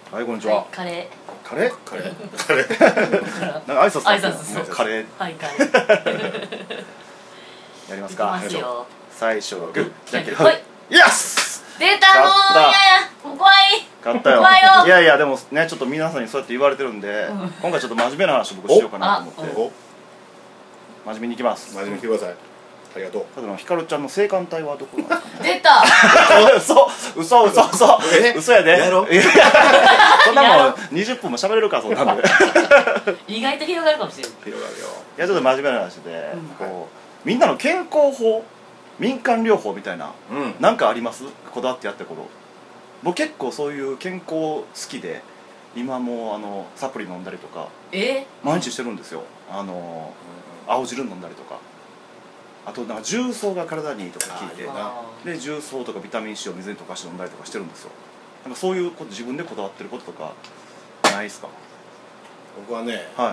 はい、こんにちは。 カレカレー？ カレーカレーー。 なんか挨拶挨拶そうカレーはい、カレー。 やりますいきか。 ますよ。 最初はグー、じゃんけんはい。 イエス。 出たもう、いやいや、もう怖い。 勝ったよ。 怖いよいやいや、でもね、ちょっと皆さんにそうやって言われてるんで、今回ちょっと真面目な話を僕しようかなと思って、 お真面目にいきます。 真面目に来てください。ありがとう。 ただのひかるちゃんの性感帯はどこなんですかね。 出た。 嘘え嘘やで。 やろいやそんなもん20分も喋れるか、そんなんで。 意外と広がるかもしれない。 広がるよ。 いや、ちょっと真面目な話で、こうみんなの健康法、民間療法みたいな、なんかあります？こだわってやってること。僕結構そういう健康好きで、今もサプリ飲んだりとか毎日してるんですよ。青汁飲んだりとか、あとなんか重曹が体にいいとか聞いて、で重曹とかビタミン C を水に溶かして飲んだりとかしてるんですよ。なんかそういうこと自分でこだわってることとかないですか？ 僕はね、 はい、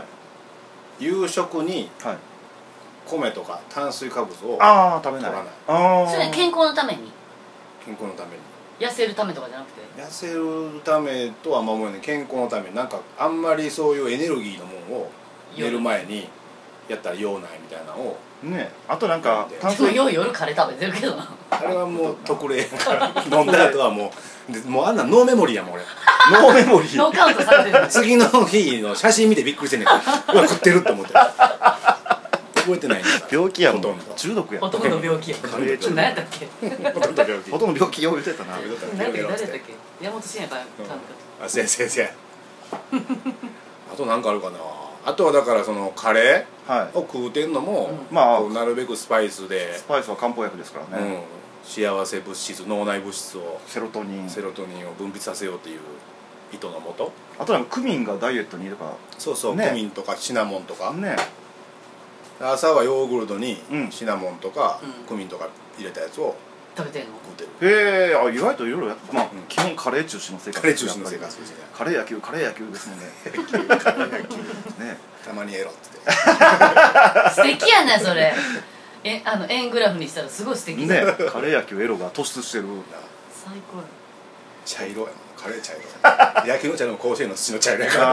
夕食にはい、 米とか炭水化物を食べない。 取らない。 それ健康のために、 健康のために。 痩せるためとかじゃなくて。 痩せるためとは思うね。健康のためになんかあんまりそういうエネルギーのものを寝る前にやったら用ないみたいなのをね、あとなんかでもよう夜カレー食べてるけどな。 あれはもう特例やから飲んだ後はもうあんなノーメモリーやもん俺。 ノーメモリー。 ノーカウントされてる。 次の日の写真見てびっくりしてんねん。うわ食ってるって思って覚えてないんだ。 病気やもん。 ほとんど中毒や。 ほとんど病気や。 カレー中毒。 何やったっけ？ ほとんど病気。 ほとんど病気を言ってたな。 何やったっけ？誰やったっけ？山本慎也か。 あ、先生。あとなんかあるかな。あとはだからそのカレーを食うてんのも、まあなるべくスパイスで。 スパイスは漢方薬ですからね。 幸せ物質、脳内物質をセロトニンを分泌させようっていう意図のもと。 あとなんかクミンがダイエットにいるから。 そうそう、クミンとかシナモンとかね。 朝はヨーグルトにシナモンとかクミンとか入れたやつを食べてんの？ 食うてる。 へえ、意外といろいろやって、まあ基本カレー中心の生活。 カレー中心の生活ですね。 カレー野球ですもんね。 カレー野球ね。 たまにエロって素敵やなそれ。円グラフにしたらすごい素敵ね。カレー野球エロが突出してる。 最高や。 茶色やもん。カレー茶色。野球の茶色も甲子園の土の茶色やから。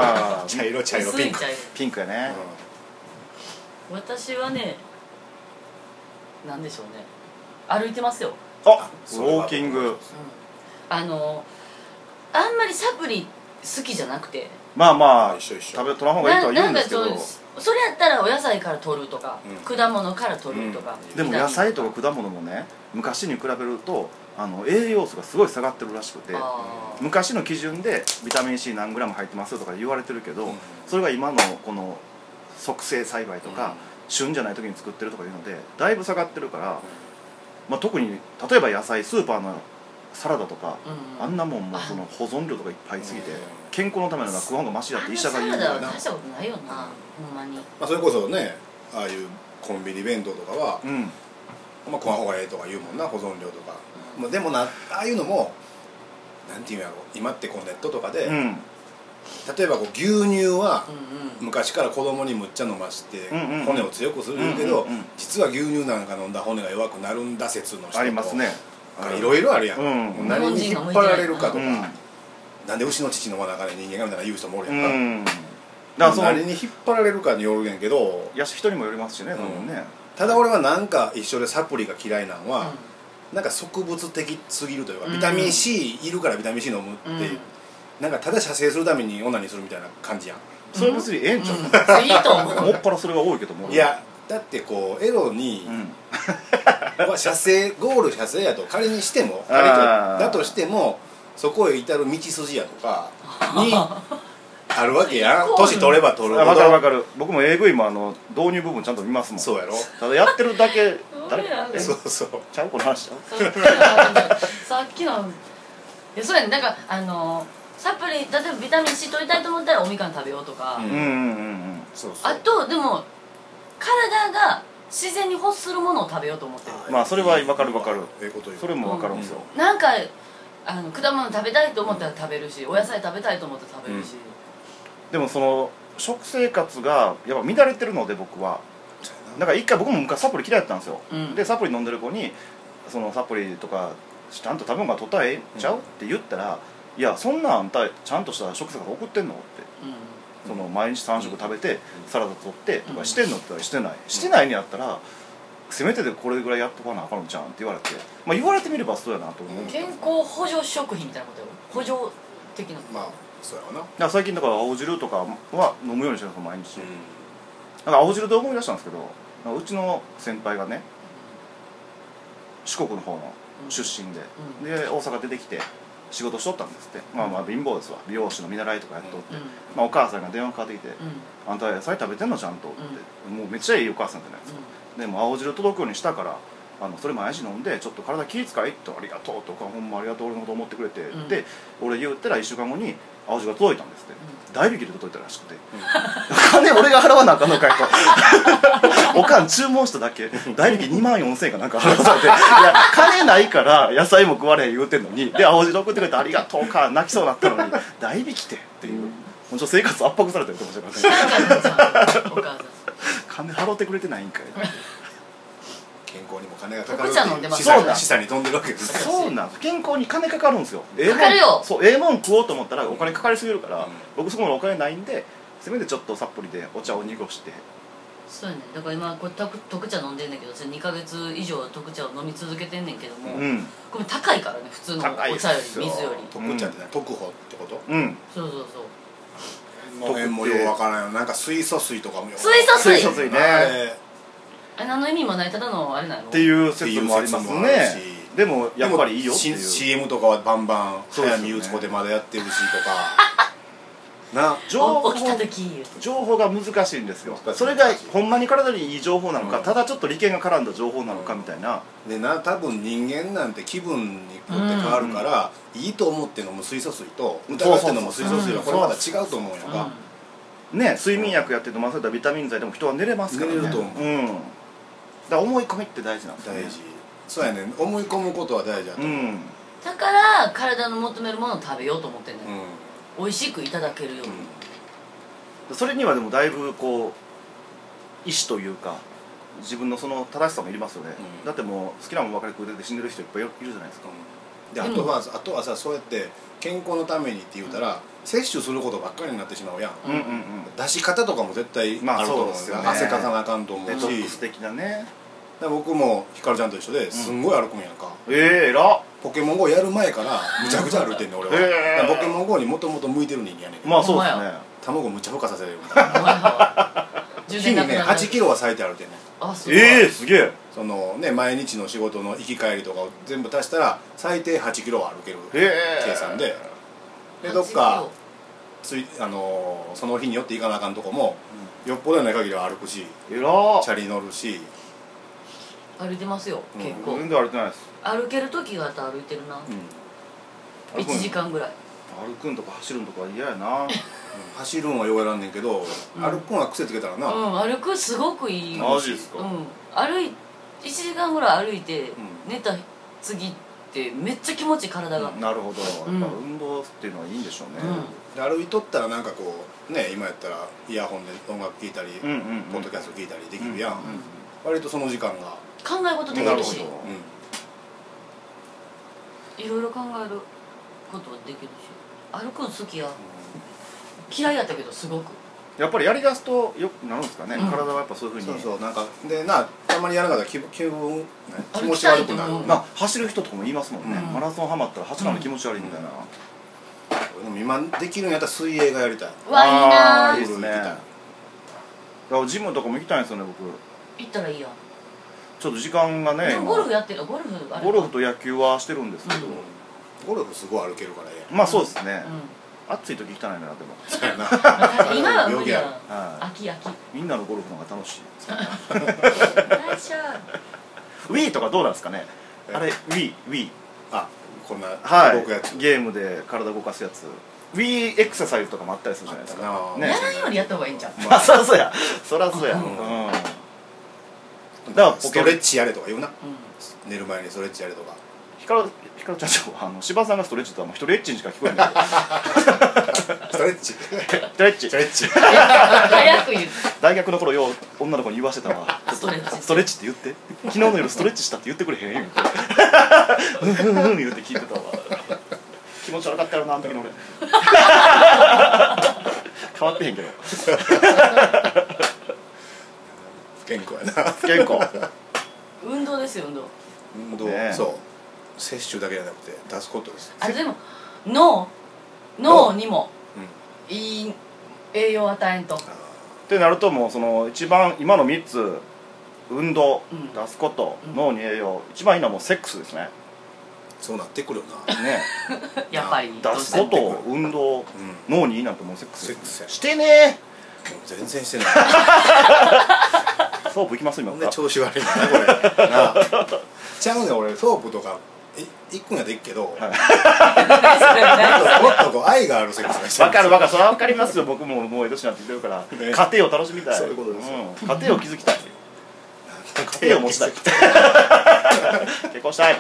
茶色ピンク。 ピンクやね。 私はね、なんでしょうね。歩いてますよ。 あ、ウォーキング。 あんまりサプリ好きじゃなくて。 まあ一緒取らん方がいいとは言うんですけど。 それやったらお野菜から取るとか、果物から取るとか。 でも野菜とか果物もね、昔に比べると栄養素がすごい下がってるらしくて、昔の基準でビタミン C 何グラム入ってますとか言われてるけど、それが今のこの促成栽培とか旬じゃない時に作ってるとかいうのでだいぶ下がってるから、まあ特に例えば野菜スーパーのサラダとか、あんなもんもその保存料とかいっぱいすぎて健康のためなら食わんがマシだって医者が言うからサラダは大したことないよな、ほんまに。 それこそね、ああいうコンビニ弁当とかは食わん方がええとか言うもんな、保存料とか。でもな、ああいうのもなんていうんやろ、今ってこうネットとかで例えばこう牛乳は昔から子供にむっちゃ飲まして骨を強くするけど、実は牛乳なんか飲んだ骨が弱くなるんだ説の人とありますね。 いろいろあるやん。何に引っ張られるかとか、なんで牛の乳のも中で人間がみたいな言う人もおるやんか。だから何に引っ張られるかによるんやけど、 人にもよりますしね。 ただ俺はなんか一緒でサプリが嫌いなんは、なんか植物的すぎるというか、ビタミン C いるからビタミン C 飲むっていう、なんかただ射精するためにオナニーするみたいな感じやん。 それ別にええんちゃう。 いいと思う。 もっぱらそれが多いけども。 いやだってこうエロに射精ゴール射精やと仮にしても、だとしてもそこへ至る道筋やとかにあるわけやん。年取れば取るほど。 分かる。僕も AV も導入部分ちゃんと見ますもん。 そうやろ。 ただやってるだけ誰そうちゃうこの話ちゃう。 さっきのそうやね。なんかサプリ、例えばビタミン C 取りたいと思ったらおみかん食べようとか、あとでも体が自然に欲するものを食べようと思ってる。 まあそれは分かる。それも分かるんですよ。 なんか果物食べたいと思ったら食べるし、お野菜食べたいと思ったら食べるし。 でもその食生活がやっぱ乱れてるので、僕はだから一回僕も昔サプリ嫌いだったんですよ。でサプリ飲んでる子にそのサプリとかちゃんと食べ物が取ったらええんちゃうって言ったら、 いやそんなんあんたちゃんとした食生活送ってんのって、その毎日3食食べてサラダ取ってとかしてんのって言ったらしてない、してないにやったらせめてでこれぐらいやっとかなあかんのじゃんって言われて、まあ言われてみればそうやなと思う。 健康補助食品みたいなことよ、補助的な。 まあそうやわな。だから最近だから青汁とかは飲むようにしてるんですよ毎日。なんか青汁で思い出したんですけど、うちの先輩がね四国の方の出身で、で大阪出てきて仕事しとったんですって。まあまあ貧乏ですわ、美容師の見習いとかやっとって、まあお母さんが電話かかってきて「あんた野菜食べてんのちゃんと」って、もうめっちゃいいお母さんじゃないですか。でも青汁届くようにしたからそれ毎日飲んでちょっと体気遣いとありがとうとかほんまありがとう俺のこと思ってくれて、で俺言ったら1週間後に青汁が届いたんですって、代引きで届いたらしくて、金俺が払わなあかんのかいとおかん注文しただけ代引き24000円かなんか払わされて、いや金ないから野菜も食われへん言うてんのに、で青汁送ってくれてありがとうか泣きそうになったのに代引きっていう、もちろん生活圧迫されてるかもしれません。金払ってくれてないんかい。 健康にも金がかかるっていう示唆に飛んでるわけですね。 そうなんです、健康に金かかるんですよ。 かかるよ。 そう、ええもん食おうと思ったらお金かかりすぎるから、僕そこまでお金ないんでせめてちょっとさっぷりでお茶を濁して。 そうやね、だから今これ特茶飲んでんねんけど、2ヶ月以上特茶を飲み続けてんねんけども、これ高いからね、普通のお茶より水より。 特茶って特保ってこと？ そうそうそう。 この辺もようわからないよ。なんか水素水とかもよ。 水素水ね。 何の意味もない、ただのあれなのっていう説もありますね。でもやっぱりいいよっていう。 CM とかはバンバン早見優子でまだやってるしとかな、情報が難しいんですよ。それがほんまに体にいい情報なのか、ただちょっと利権が絡んだ情報なのかみたいな。 でな、多分人間なんて気分によって変わるから、いいと思って飲む水素水と疑って飲む水素水はこれまた違うと思うよがね、睡眠薬やって飲ませたビタミン剤でも人は寝れますからね。 寝れると思う。 だから思い込みって大事なんですよね。 大事。そうやね、思い込むことは大事だと思う。 だから体の求めるものを食べようと思ってんね、美味しくいただけるように。 それにはでもだいぶこう意志というか自分のその正しさもいりますよね。だってもう好きなもんばかり食うてて死んでる人いっぱいいるじゃないですか。 であとはさ、そうやって健康のためにって言うたら摂取することばっかりになってしまうやん。出し方とかも絶対あると思うんですよ。汗かかなあかんと思うし。 デトックス的なね。 僕もひかるちゃんと一緒ですんごい歩くんやんか。 えらっ。 ポケモン GO やる前からむちゃくちゃ歩いてんねん俺は。ポケモン GO にもともと向いてる人間やねんけど。 まあそうですね。 卵むっちゃ孵化させれる。 日にね8キロは咲いて歩いてんねん。 あ、すごい。 すげえ。 そのね、毎日の仕事の行き帰りとかを全部足したら最低8キロは歩ける計算で、どっかその日によって行かなあかんとこもよっぽどでない限りは歩くし、チャリ乗るし。 歩いてますよ、結構。 全然歩いてないです。 歩ける時があったら歩いてるな。1時間ぐらい。 歩くんとか走るんとか嫌やな。 走るんはようやらんねんけど、歩くんは癖つけたらな。 歩くすごくいい。 マジですか。 1時間ぐらい歩いて寝た次ってめっちゃ気持ちいい、体が。 なるほど。やっぱ運動っていうのはいいんでしょうね。 歩いとったらなんかこうね、今やったらイヤホンで音楽聴いたりポッドキャスト聴いたりできるやん。割とその時間が考え事できるし、いろいろ考えることはできるし、歩くの好きや。嫌いやったけどすごくやっぱりやりだすとよくなるんですかね、体はやっぱそういうふうに。 そうなんかでな、たまにやらなかったら気持ち悪くなる。 走る人とかも言いますもんね、マラソンハマったら走るの気持ち悪いみたいな。 でも今できるんやったら水泳がやりたい。 わ、いいな。 いいですね。だからジムとかも行きたいんですよね、僕。 行ったらいいやん。 ちょっと時間がね。 ゴルフやってる。ゴルフと野球はしてるんですけど、 ゴルフすごい歩けるからや。 まあそうですね。暑い時行きたいな、でも。 そうやな。 今は無理や。秋。 みんなのゴルフの方が楽しい。 大丈夫。Wii とかどうなんですかね。あれ Wii。あ、 こんな動くやつ。ゲームで体動かすやつ。Wii エクササイズとかもあったりするじゃないですか。 やらんよりやった方がいいんじゃん。 まあそらそうや。そらそうや。 だからストレッチやれとか言うな。寝る前にストレッチやれとか。 ひかるちゃんは柴さんがストレッチとはもう一人エッチにしか聞こえない。 ストレッチ。 早く言う。 大学の頃よう女の子に言わせたわ。ストレッチって言って。昨日の夜ストレッチしたって言ってくれへん言うて。言うて聞いてたわ。気気持ち悪かったよなあの時の俺変わってへんけど不健康やな。 不健康運動ですよ運動、そう摂取だけじゃなくて出すことです。 でも脳にもいい栄養を与えんとってなると、もうその一番今の3つ、運動、出すこと、脳に栄養、一番いいのはもうセックスですね。 そうなってくるよなねやっぱり出すこと、運動、脳にいいなんてもうセックスしてね全然してないソープいきます今から。 調子悪いんだなこれなちゃうねん俺ソープとか行くんやでいっけど、もっとこう愛があるセックスがしたい。 分かる分かる、それは分かりますよ。僕ももう江戸市になってきてるから、家庭を楽しみたい。 そういうことですよ、 家庭を築きたい、家庭を持ちたい結婚したい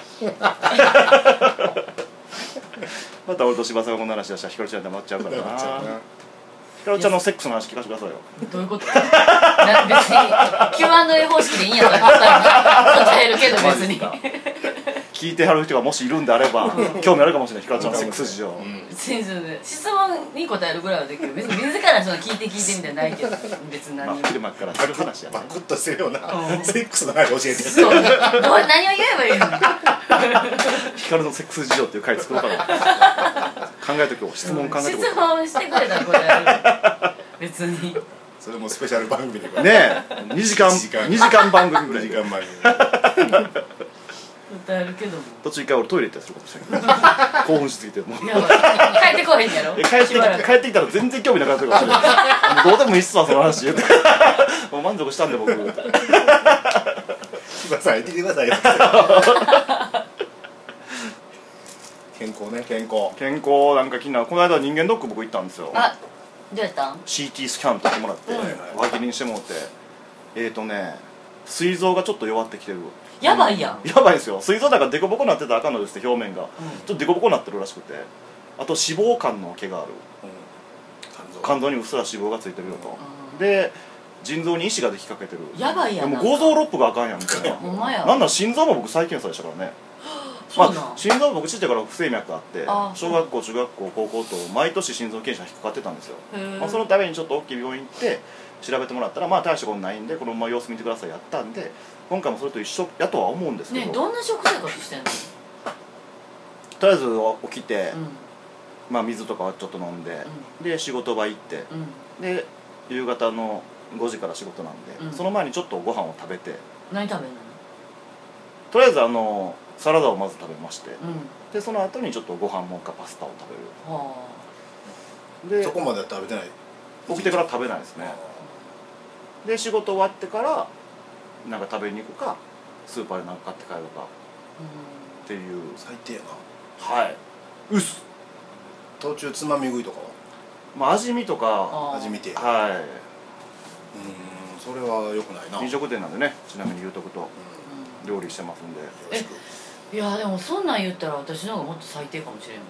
また俺と柴さんがこんな話出したらひかるちゃん黙っちゃうからな。ひかるちゃんのセックスの話聞かせてくださいよ。 どういうこと別に Q&A 方式でいいんやったら答えるけど別に聞いてはる人がもしいるんであれば興味あるかもしれない。ひかるちゃんのセックス事情、 質問に答えるぐらいはできる。別に自らその聞いてみたいなないけど別に何も真っ昼間からする話やね。 バクッとしてるようなセックスの話教えて。 そう何を言えばいいのひかるのセックス事情っていう回作ろうかな考えときを質問考えとこう。 質問してくれたら答える別にそれもスペシャル番組でねえ2時間番組ぐらい 2時間番組答えるけども途中一回俺トイレ行ったりするかもしれない興奮しすぎてもうやばい帰ってこへんやろ。 帰ってきたら全然興味なくなってるかもしれないどうでもいいっすわその話言うてもう満足したんで僕柴さん言ってくださいよ健康ね健康なんか気になる。この間人間ドック僕行ったんですよ。 あ、どうやったん？ CT スキャン撮ってもらって輪切りにしてもらって膵臓がちょっと弱ってきてる。 やばいやん。 やばいですよ。膵臓なんかデコボコになってたらあかんのですって表面が、ちょっとデコボコになってるらしくて、あと脂肪肝の毛がある、肝臓にうっすら脂肪がついてるよと、で腎臓に石ができかけてる。 やばいやん。 でも5臓6腑があかんやんみたいなほんまや。 なんなら心臓も僕再検査でしたからね。まあ、心臓僕ちっちゃいから不整脈あって小学校中学校高校と毎年心臓検査引っかかってたんですよ。まあ、そのためにちょっと大きい病院行って調べてもらったら、まあ大したことないんでこのまま様子見てくださいやったんで、今回もそれと一緒やとは思うんですけど、 ね、どんな食生活してんの？ とりあえず起きて、まあ、水とかはちょっと飲んで、で仕事場行って、で夕方の5時から仕事なんで、その前にちょっとご飯を食べて。 何食べるの？ とりあえずサラダをまず食べまして、でその後にちょっとご飯もかパスタを食べる。でそこまでは食べてない？ 起きてから食べないですね。で仕事終わってからなんか食べに行くかスーパーで何か買って帰るかっていう。 最低やな。 はい。うっす。 途中つまみ食いとかは？ まあ味見とか。 味見て。 はい。 それは良くないな。 飲食店なんでね、ちなみに言うとくと料理してますんで。 いやでもそんなん言ったら私の方がもっと最低かもしれんわ。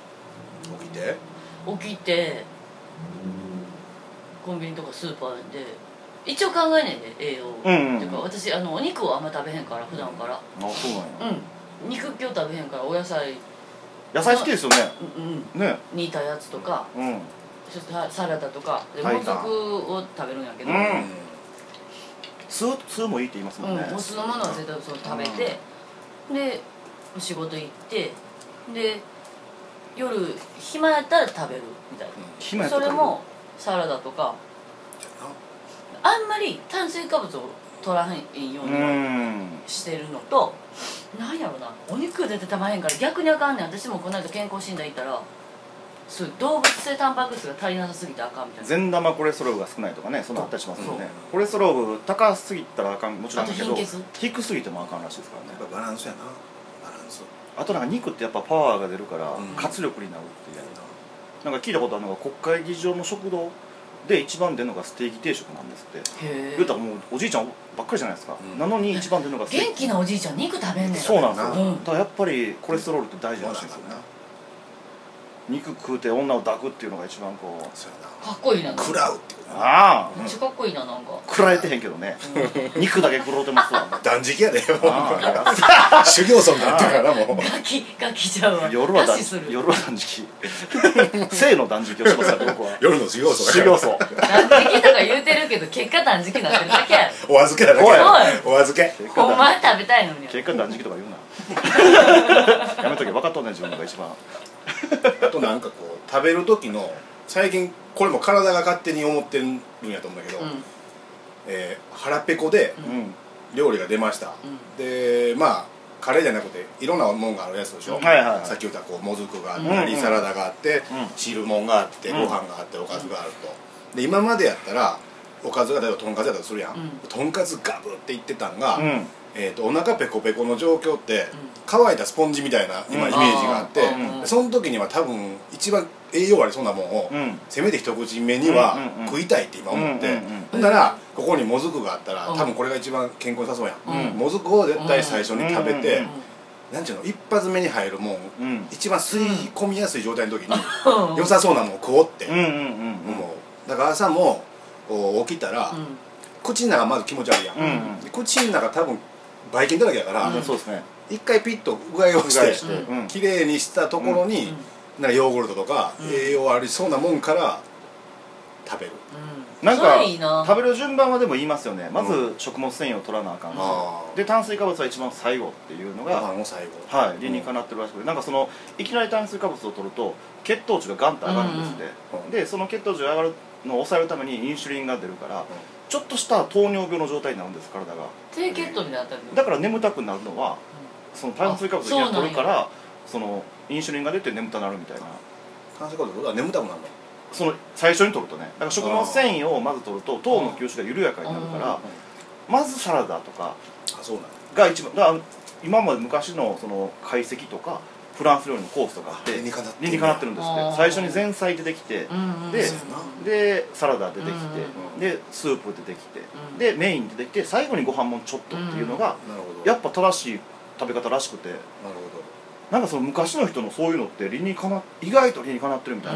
起きてコンビニとかスーパーで一応考えねんで栄養っていうか、私お肉をあんま食べへんから普段から。 あ、そうなんや。 肉今日食べへんからお野菜好きですよね。ね、 煮たやつとか、そしてサラダとかでもずくを食べるんやけど、 酢もいいって言いますもんね。 お酢のものは絶対そう食べて、で仕事行ってで夜暇やったら食べるみたいな。それもサラダとかあんまり炭水化物を取らへんようにしてるのと、なんやろな、お肉出てたまへんから逆にあかんねん。私もこの間健康診断行ったら動物性タンパク質が足りなさすぎてあかんみたいな。 善玉コレステロールが少ないとかね、そんなあったりしますもんね。コレステロール高すぎたらあかん、もちろんだけど低すぎてもあかんらしいですからね。 やっぱバランスやな。バランス。 あとなんか肉ってやっぱパワーが出るから活力になるっていう、なんか聞いたことあるのが国会議事堂の食堂で一番出るのがステーキ定食なんですって。言うたらもうおじいちゃんばっかりじゃないですか、なのに一番出るのがステーキ。 元気なおじいちゃん肉食べんねん。 そうなんですよ、だからやっぱりコレステロールって大事らしいですよね。肉食うて女を抱くっていうのが一番こうかっこいいな。 食らうっていうあめっちゃかっこいいな、なんか食られてへんけどね、肉だけ食ろうてますわ断食やで修行僧になってからもうガキちゃうわ。 夜は断食性の断食をしますから僕は。 夜の修行僧修行僧断食とか言うてるけど結果断食になってるだけやろ。 お預けだだけお預けほんまは食べたいのに。 結果断食とか言うなやめとけ、分かっとんねん自分が一番。 あとなんかこう食べる時の最近これも体が勝手に思ってるんやと思うんだけど、腹ペコで料理が出ました、でまあカレーじゃなくていろんなもんがあるやつでしょ、さっき言ったこうもずくがあったり、サラダがあって、汁もんがあって、ご飯があって、おかずがあると。で今までやったらおかずが例えばとんかつやったとするやん、とんかつガブっていってたんが、お腹ペコペコの状況って乾いたスポンジみたいな今イメージがあって、その時には多分一番栄養ありそうなもんをせめて一口目には食いたいって今思って、ほんならここにもずくがあったら多分これが一番健康にさそうやん、もずくを絶対最初に食べて、なんちゅうの一発目に入るもん、一番吸い込みやすい状態の時に良さそうなもんを食おうって思う。だから朝も起きたら口の中まず気持ち悪いやん、口の中多分ばい菌だらけやから、一回ピッとうがいをしてきれいにしたところになんかヨーグルトとか栄養ありそうなもんから食べる。 なんか食べる順番はでも言いますよね。まず食物繊維を取らなあかんで、炭水化物は一番最後っていうのが理にかなってるらしくて、なんかそのいきなり炭水化物を取ると血糖値がガンと上がるんですって。でその血糖値が上がるのを抑えるためにインシュリンが出るからちょっとした糖尿病の状態になるんです、体が。 低血糖になったりだから眠たくなるのはその炭水化物を取るから、そのインシュリンが出て眠たくなるみたいな。 炭水化物は眠たくなるの？ その最初に取るとね、だから食物繊維をまず取ると糖の吸収が緩やかになるから、まずサラダとかが一番だから、今まで昔のその懐石とかフランス料理のコースとかって理にかなってるんですって。最初に前菜出てきて、でサラダ出てきて、でスープ出てきて、でメイン出てきて、最後にご飯もちょっとっていうのがやっぱ正しい食べ方らしくて、なんかその昔の人のそういうのって意外と理にかなってるみたいな。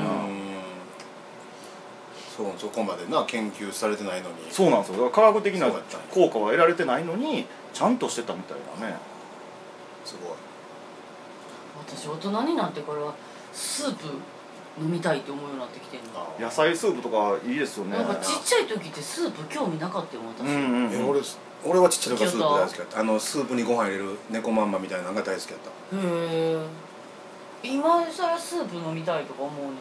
そこまでな研究されてないのに。 そうなんですよ。だから科学的な効果は得られてないのにちゃんとしてたみたいなね。 すごい。 私大人になってからスープ飲みたいって思うようになってきてるの。 野菜スープとかいいですよね。 なんかちっちゃい時ってスープ興味なかったよ私。 俺はちっちゃい時からスープ大好きだった。スープにご飯入れる猫まんまみたいなのが大好きだった。 へえ。今更スープ飲みたいとか思うねん。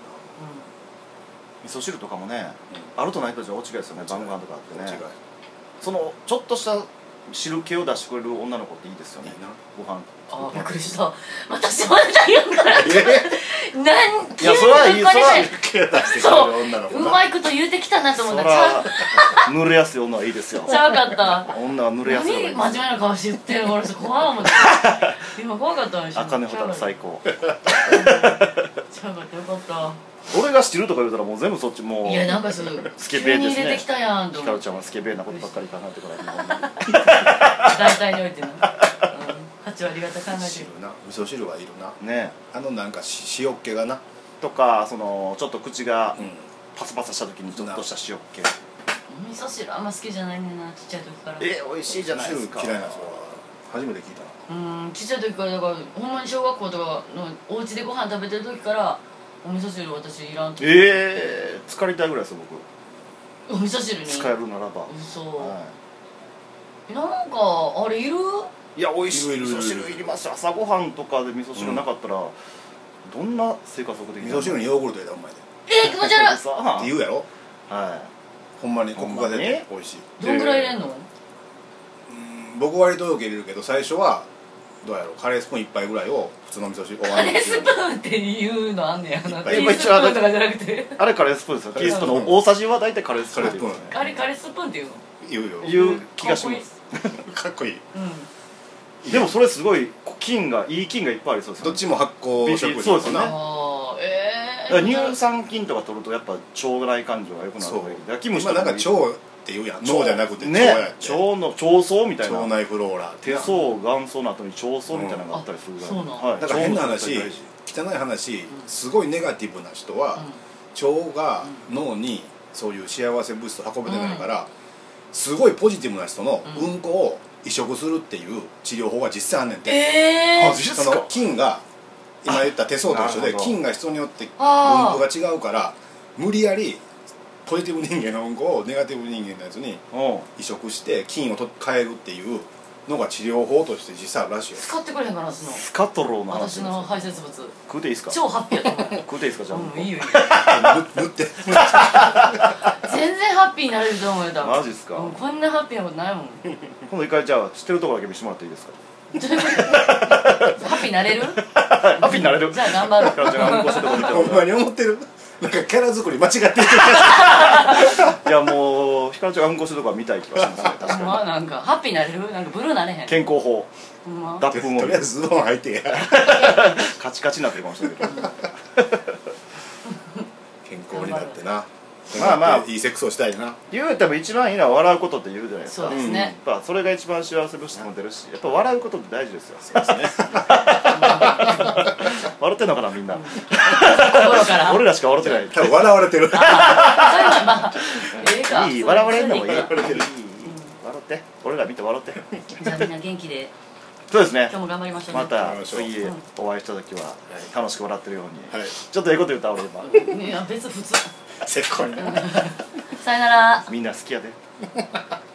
味噌汁とかもね、あるとないとじゃ大違いですよね。晩ご飯とかあってね、そのちょっとした汁気を出してくれる女の子っていいですよね。ご飯あ、びっくりした。私まだ言うからいやそれはいい、それはうまいこと言うてきたなと思ったら濡れやすい女はいいですよ。 ちゃうかった。 女は濡れやすい。 何真面目な顔して言ってるの、俺怖い思って今怖かったんでしょ。 茜蛍最高。 ちゃうかったよかった。 俺が汁とか言うたらもう全部そっちもう。 いやなんかそうスケベですね。 入れてきたやんと思って。ひかるちゃんはスケベなことばっかりかなってから大体においてな8割方考えてる。 味噌汁はいるなね。 なんか塩っ気がなとか、そのちょっと口がパサパサした時にちょっとした塩っ気。 味噌汁あんま好きじゃないねんな、ちっちゃい時から。 美味しいじゃないですか。 嫌いなんですよ。初めて聞いた。 ちっちゃい時からだからほんまに小学校とかのお家でご飯食べてる時からお味噌汁私いらんと。 浸かりたいぐらいですよ僕。お味噌汁に使えるならば。 そう。なんかあれいる？ いや美味しい。味噌汁いりますよ。朝ごはんとかで味噌汁なかったらどんな生活送ってき味噌汁にヨーグルト入れたらうまいで。 気持ち悪いって言うやろ。 はい。 ほんまにコクが出て美味しい。 どんぐらい入れんの？ 僕割とよく入れるけど、最初はどうやろう、カレースプーン1杯ぐらいを普通の味噌汁。 カレースプーンっていうのあんねやな。ティースプーンとかじゃなくて。 あれカレースプーンですよ。ティースプーンの大さじは大体カレースプーン。 あれカレースプーンっていうの？ 言う気がします。 かっこいい。 でもそれすごいいい菌がいっぱいありそうですよね。 どっちも発酵食品。 そうですね。乳酸菌とか取るとやっぱ腸内環境が良くなる。 キムチとかなんか腸っていうやん。脳じゃなくて腸やって。腸層みたいな。 腸内フローラ。 手相元層の後に腸層みたいなのがあったりするから。 だから変な話、汚い話、すごいネガティブな人は腸が脳にそういう幸せ物質を運べてないから、すごいポジティブな人のうんこを移植するっていう治療法が実際あんねんて。その菌が今言った手相と一緒で、菌が人によって分布が違うから、無理やりポジティブ人間のうんこをネガティブ人間のやつに移植して菌を変えるっていうのが治療法として実際あるらしいよ。 使ってくれへんかな、 スカトローの話。 私の排泄物食うていいですか？ 超ハッピーやと思う。 食うていいですか？じゃあいいよいいよ。 塗って全然ハッピーになれると思うよ、多分。 マジっすか？ こんなハッピーなことないもん。 今度一回じゃあ知ってるところだけ見せてもらっていいですか？ ハッピーになれる？ ハッピーになれる？ じゃあ頑張る。 ほんまに思ってる？なんかキャラ作り間違ってる。 いやもうひかるちゃんがうんこするとこは見たい気がしますね。確かに。 なんかハッピーになれる？なんかブルーなれへん。 健康法。脱粉を。 とりあえずズボン履いてや。 カチカチになってるかもしれないけど。 健康になってな。 まあまあいいセックスをしたいな。 言うても一番いいのは笑うことって言うじゃないですか。 そうですね。 やっぱそれが一番幸せ物質も出るし、やっぱ笑うことって大事ですよ。 そうですね。 笑ってんのかなみんな。 心から。 俺らしか笑ってない。 多分笑われてる。 そういうのはまあええか。 いい、笑われんのもいい。 笑われてる。 笑って、俺ら見て笑って。 じゃあみんな元気で。 そうですね。 今日も頑張りましょうね。 また次お会いした時は楽しく笑ってるように。 はい。 ちょっとええこと言った俺今。 いや別普通。 せっこいな。 さよなら。 みんな好きやで。